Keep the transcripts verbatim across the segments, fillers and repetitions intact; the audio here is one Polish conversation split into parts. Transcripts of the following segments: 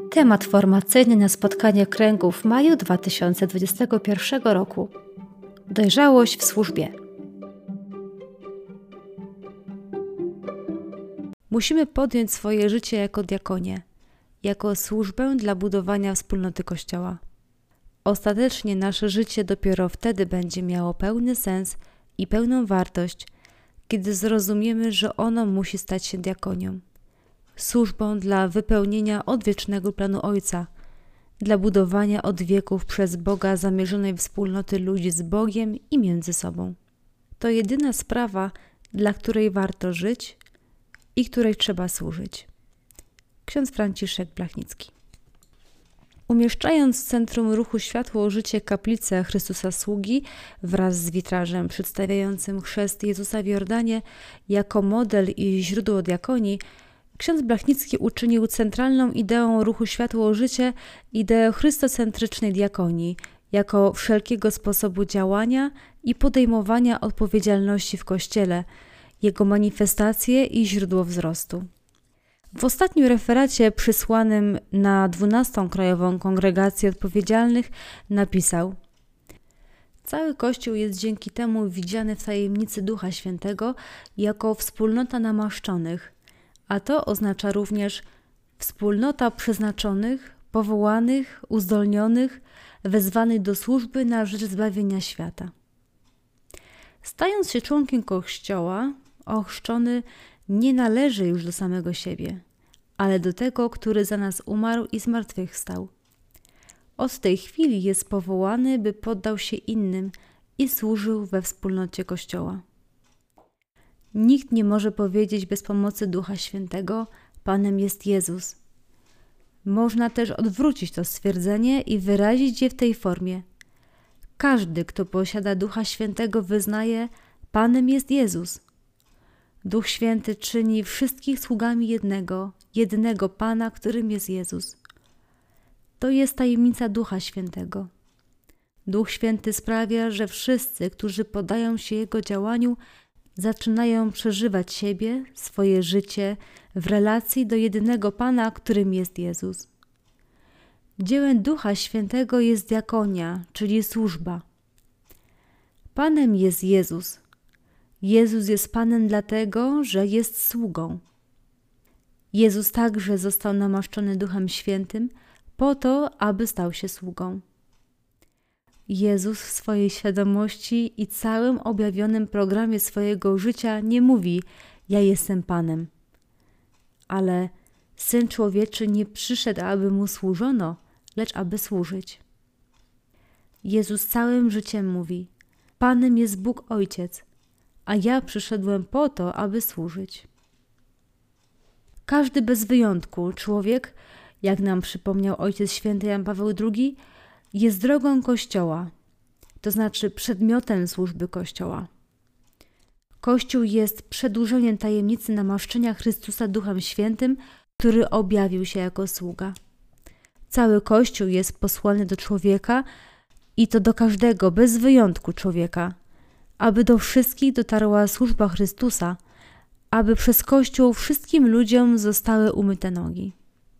Temat formacyjny na spotkanie kręgu w maju dwa tysiące dwudziestego pierwszego roku. Dojrzałość w służbie. Musimy podjąć swoje życie jako diakonie, jako służbę dla budowania wspólnoty Kościoła. Ostatecznie nasze życie dopiero wtedy będzie miało pełny sens i pełną wartość, kiedy zrozumiemy, że ono musi stać się diakonią. Służbą dla wypełnienia odwiecznego planu Ojca, dla budowania od wieków przez Boga zamierzonej wspólnoty ludzi z Bogiem i między sobą. To jedyna sprawa, dla której warto żyć i której trzeba służyć. Ksiądz Franciszek Blachnicki. Umieszczając w centrum ruchu Światło Życie kaplicę Chrystusa Sługi wraz z witrażem przedstawiającym chrzest Jezusa w Jordanie jako model i źródło diakonii, ksiądz Blachnicki uczynił centralną ideą ruchu Światło Życie ideę chrystocentrycznej diakonii jako wszelkiego sposobu działania i podejmowania odpowiedzialności w Kościele, jego manifestację i źródło wzrostu. W ostatnim referacie przysłanym na dwunastą Krajową Kongregację Odpowiedzialnych napisał: Cały Kościół jest dzięki temu widziany w tajemnicy Ducha Świętego jako wspólnota namaszczonych, a to oznacza również wspólnota przeznaczonych, powołanych, uzdolnionych, wezwanych do służby na rzecz zbawienia świata. Stając się członkiem Kościoła, ochrzczony nie należy już do samego siebie, ale do tego, który za nas umarł i zmartwychwstał. Od tej chwili jest powołany, by poddał się innym i służył we wspólnocie Kościoła. Nikt nie może powiedzieć bez pomocy Ducha Świętego: Panem jest Jezus. Można też odwrócić to stwierdzenie i wyrazić je w tej formie. Każdy, kto posiada Ducha Świętego, wyznaje: Panem jest Jezus. Duch Święty czyni wszystkich sługami jednego, jednego Pana, którym jest Jezus. To jest tajemnica Ducha Świętego. Duch Święty sprawia, że wszyscy, którzy poddają się Jego działaniu, zaczynają przeżywać siebie, swoje życie w relacji do jedynego Pana, którym jest Jezus. Dziełem Ducha Świętego jest diakonia, czyli służba. Panem jest Jezus. Jezus jest Panem dlatego, że jest sługą. Jezus także został namaszczony Duchem Świętym po to, aby stał się sługą. Jezus w swojej świadomości i całym objawionym programie swojego życia nie mówi: ja jestem Panem. Ale Syn Człowieczy nie przyszedł, aby Mu służono, lecz aby służyć. Jezus całym życiem mówi: Panem jest Bóg Ojciec, a ja przyszedłem po to, aby służyć. Każdy bez wyjątku człowiek, jak nam przypomniał Ojciec Święty Jan Paweł drugi, jest drogą Kościoła, to znaczy przedmiotem służby Kościoła. Kościół jest przedłużeniem tajemnicy namaszczenia Chrystusa Duchem Świętym, który objawił się jako sługa. Cały Kościół jest posłany do człowieka i to do każdego, bez wyjątku człowieka, aby do wszystkich dotarła służba Chrystusa, aby przez Kościół wszystkim ludziom zostały umyte nogi.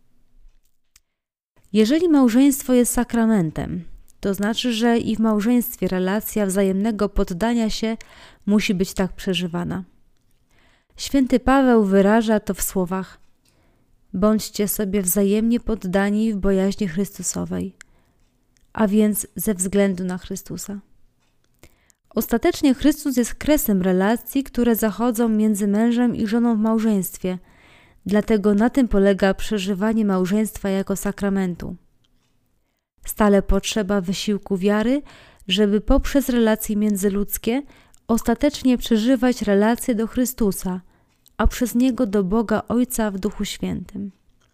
Jeżeli małżeństwo jest sakramentem, to znaczy, że i w małżeństwie relacja wzajemnego poddania się musi być tak przeżywana. Święty Paweł wyraża to w słowach: bądźcie sobie wzajemnie poddani w bojaźni Chrystusowej, a więc ze względu na Chrystusa. Ostatecznie Chrystus jest kresem relacji, które zachodzą między mężem i żoną w małżeństwie, dlatego na tym polega przeżywanie małżeństwa jako sakramentu. Stale potrzeba wysiłku wiary, żeby poprzez relacje międzyludzkie ostatecznie przeżywać relacje do Chrystusa, a przez Niego do Boga Ojca w Duchu Świętym.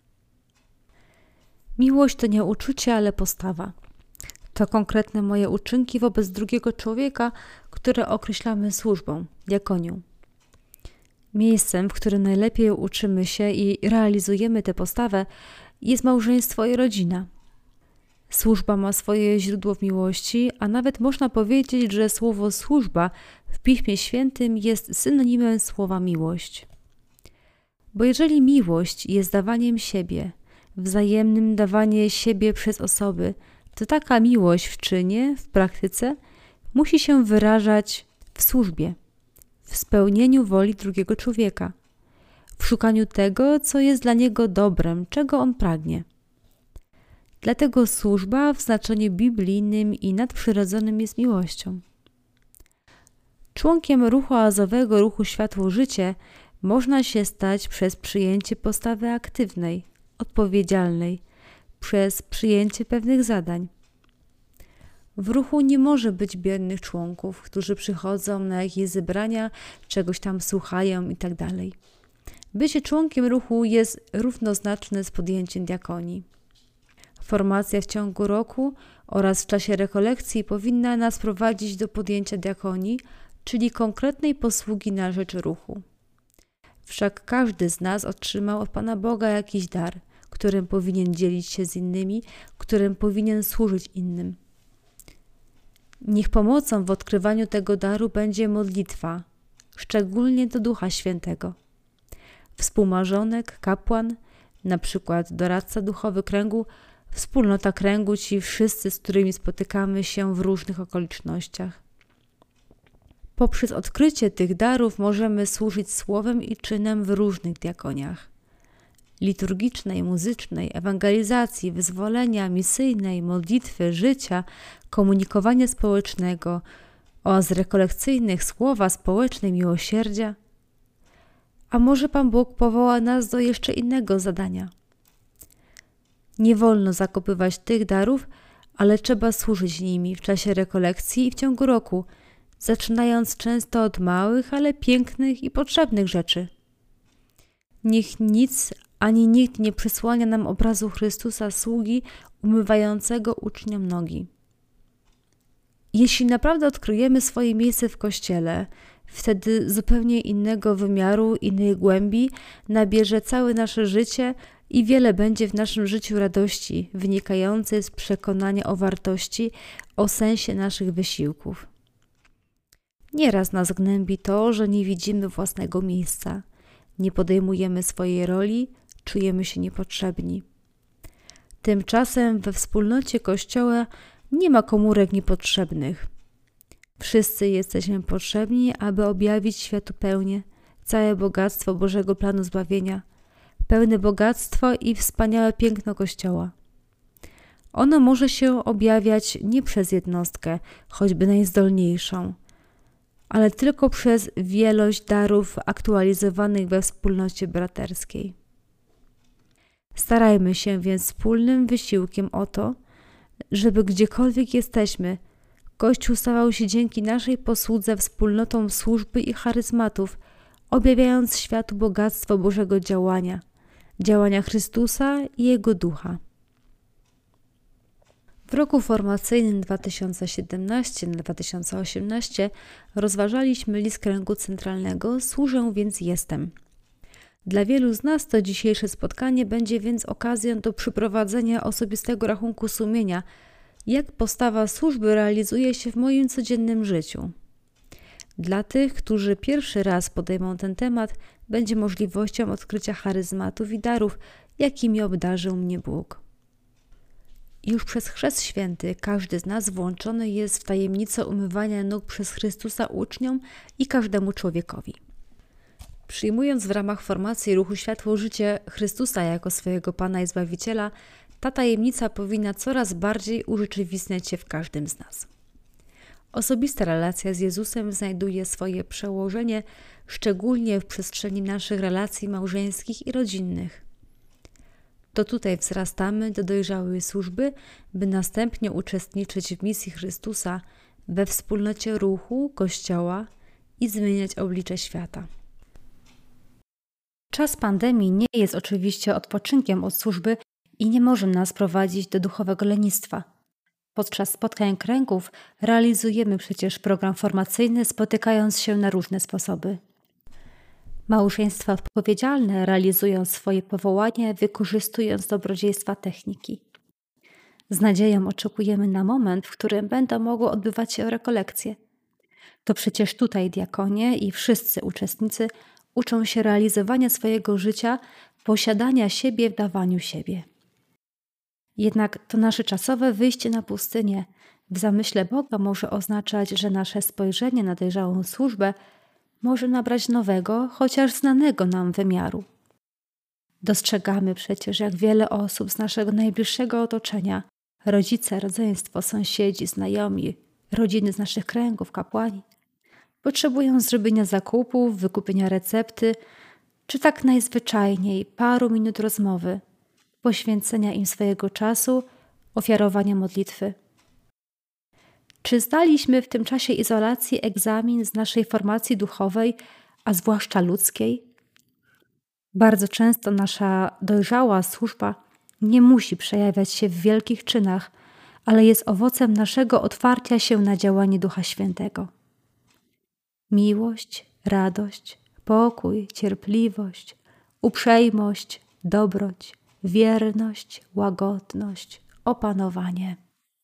Miłość to nie uczucie, ale postawa. To konkretne moje uczynki wobec drugiego człowieka, które określamy służbą, diakonią. Miejscem, w którym najlepiej uczymy się i realizujemy tę postawę, jest małżeństwo i rodzina. Służba ma swoje źródło w miłości, a nawet można powiedzieć, że słowo służba w Piśmie Świętym jest synonimem słowa miłość. Bo jeżeli miłość jest dawaniem siebie, wzajemnym dawanie siebie przez osoby, to taka miłość w czynie, w praktyce musi się wyrażać w służbie, w spełnieniu woli drugiego człowieka, w szukaniu tego, co jest dla niego dobrem, czego on pragnie. Dlatego służba w znaczeniu biblijnym i nadprzyrodzonym jest miłością. Członkiem ruchu oazowego, ruchu Światło-Życie można się stać przez przyjęcie postawy aktywnej, odpowiedzialnej, przez przyjęcie pewnych zadań. W ruchu nie może być biernych członków, którzy przychodzą na jakieś zebrania, czegoś tam słuchają itd. Bycie członkiem ruchu jest równoznaczne z podjęciem diakonii. Formacja w ciągu roku oraz w czasie rekolekcji powinna nas prowadzić do podjęcia diakonii, czyli konkretnej posługi na rzecz ruchu. Wszak każdy z nas otrzymał od Pana Boga jakiś dar, którym powinien dzielić się z innymi, którym powinien służyć innym. Niech pomocą w odkrywaniu tego daru będzie modlitwa, szczególnie do Ducha Świętego. Współmarzonek, kapłan, na przykład doradca duchowy kręgu, wspólnota kręgu, ci wszyscy, z którymi spotykamy się w różnych okolicznościach. Poprzez odkrycie tych darów możemy służyć słowem i czynem w różnych diakoniach. Liturgicznej, muzycznej, ewangelizacji, wyzwolenia, misyjnej, modlitwy, życia, komunikowania społecznego, oaz rekolekcyjnych, słowa społecznej, miłosierdzia. A może Pan Bóg powoła nas do jeszcze innego zadania? Nie wolno zakopywać tych darów, ale trzeba służyć nimi w czasie rekolekcji i w ciągu roku, zaczynając często od małych, ale pięknych i potrzebnych rzeczy. Niech nic ani nikt nie przysłania nam obrazu Chrystusa, sługi umywającego uczniom nogi. Jeśli naprawdę odkryjemy swoje miejsce w Kościele, wtedy zupełnie innego wymiaru, innej głębi nabierze całe nasze życie i wiele będzie w naszym życiu radości wynikającej z przekonania o wartości, o sensie naszych wysiłków. Nieraz nas gnębi to, że nie widzimy własnego miejsca, nie podejmujemy swojej roli, czujemy się niepotrzebni. Tymczasem we wspólnocie Kościoła nie ma komórek niepotrzebnych. Wszyscy jesteśmy potrzebni, aby objawić światu pełnię, całe bogactwo Bożego planu zbawienia, pełne bogactwo i wspaniałe piękno Kościoła. Ono może się objawiać nie przez jednostkę, choćby najzdolniejszą, ale tylko przez wielość darów aktualizowanych we wspólnocie braterskiej. Starajmy się więc wspólnym wysiłkiem o to, żeby gdziekolwiek jesteśmy, Kościół stawał się dzięki naszej posłudze wspólnotą służby i charyzmatów, objawiając światu bogactwo Bożego działania, działania Chrystusa i Jego Ducha. W roku formacyjnym dwa tysiące siedemnastym na dwa tysiące osiemnasty rozważaliśmy list kręgu centralnego „Służę, więc jestem”. Dla wielu z nas to dzisiejsze spotkanie będzie więc okazją do przeprowadzenia osobistego rachunku sumienia, jak postawa służby realizuje się w moim codziennym życiu. Dla tych, którzy pierwszy raz podejmą ten temat, będzie możliwością odkrycia charyzmatów i darów, jakimi obdarzył mnie Bóg. Już przez Chrzest Święty każdy z nas włączony jest w tajemnicę umywania nóg przez Chrystusa uczniom i każdemu człowiekowi. Przyjmując w ramach formacji ruchu Światło-Życie Chrystusa jako swojego Pana i Zbawiciela, ta tajemnica powinna coraz bardziej urzeczywistniać się w każdym z nas. Osobista relacja z Jezusem znajduje swoje przełożenie szczególnie w przestrzeni naszych relacji małżeńskich i rodzinnych. To tutaj wzrastamy do dojrzałej służby, by następnie uczestniczyć w misji Chrystusa we wspólnocie ruchu, Kościoła i zmieniać oblicze świata. Czas pandemii nie jest oczywiście odpoczynkiem od służby i nie może nas prowadzić do duchowego lenistwa. Podczas spotkań kręgów realizujemy przecież program formacyjny, spotykając się na różne sposoby. Małżeństwa odpowiedzialne realizują swoje powołanie, wykorzystując dobrodziejstwa techniki. Z nadzieją oczekujemy na moment, w którym będą mogły odbywać się rekolekcje. To przecież tutaj diakonie i wszyscy uczestnicy uczą się realizowania swojego życia, posiadania siebie w dawaniu siebie. Jednak to nasze czasowe wyjście na pustynię w zamyśle Boga może oznaczać, że nasze spojrzenie na dojrzałą służbę może nabrać nowego, chociaż znanego nam wymiaru. Dostrzegamy przecież, jak wiele osób z naszego najbliższego otoczenia, rodzice, rodzeństwo, sąsiedzi, znajomi, rodziny z naszych kręgów, kapłani, potrzebują zrobienia zakupów, wykupienia recepty, czy tak najzwyczajniej paru minut rozmowy, poświęcenia im swojego czasu, ofiarowania modlitwy. Czy zdaliśmy w tym czasie izolacji egzamin z naszej formacji duchowej, a zwłaszcza ludzkiej? Bardzo często nasza dojrzała służba nie musi przejawiać się w wielkich czynach, ale jest owocem naszego otwarcia się na działanie Ducha Świętego. Miłość, radość, pokój, cierpliwość, uprzejmość, dobroć, wierność, łagodność, opanowanie.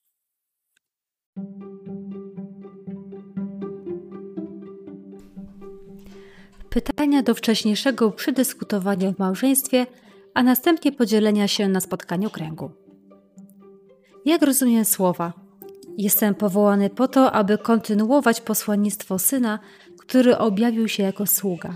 Pytania do wcześniejszego przedyskutowania w małżeństwie, a następnie podzielenia się na spotkaniu kręgu. Jak rozumiem słowa? Jestem powołany po to, aby kontynuować posłannictwo Syna, który objawił się jako sługa.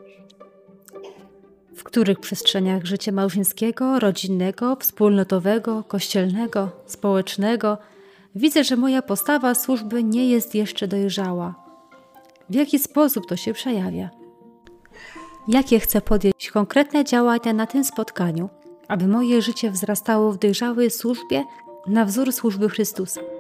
W których przestrzeniach życia małżeńskiego, rodzinnego, wspólnotowego, kościelnego, społecznego widzę, że moja postawa służby nie jest jeszcze dojrzała? W jaki sposób to się przejawia? Jakie chcę podjąć konkretne działania na tym spotkaniu, aby moje życie wzrastało w dojrzałej służbie na wzór służby Chrystusa?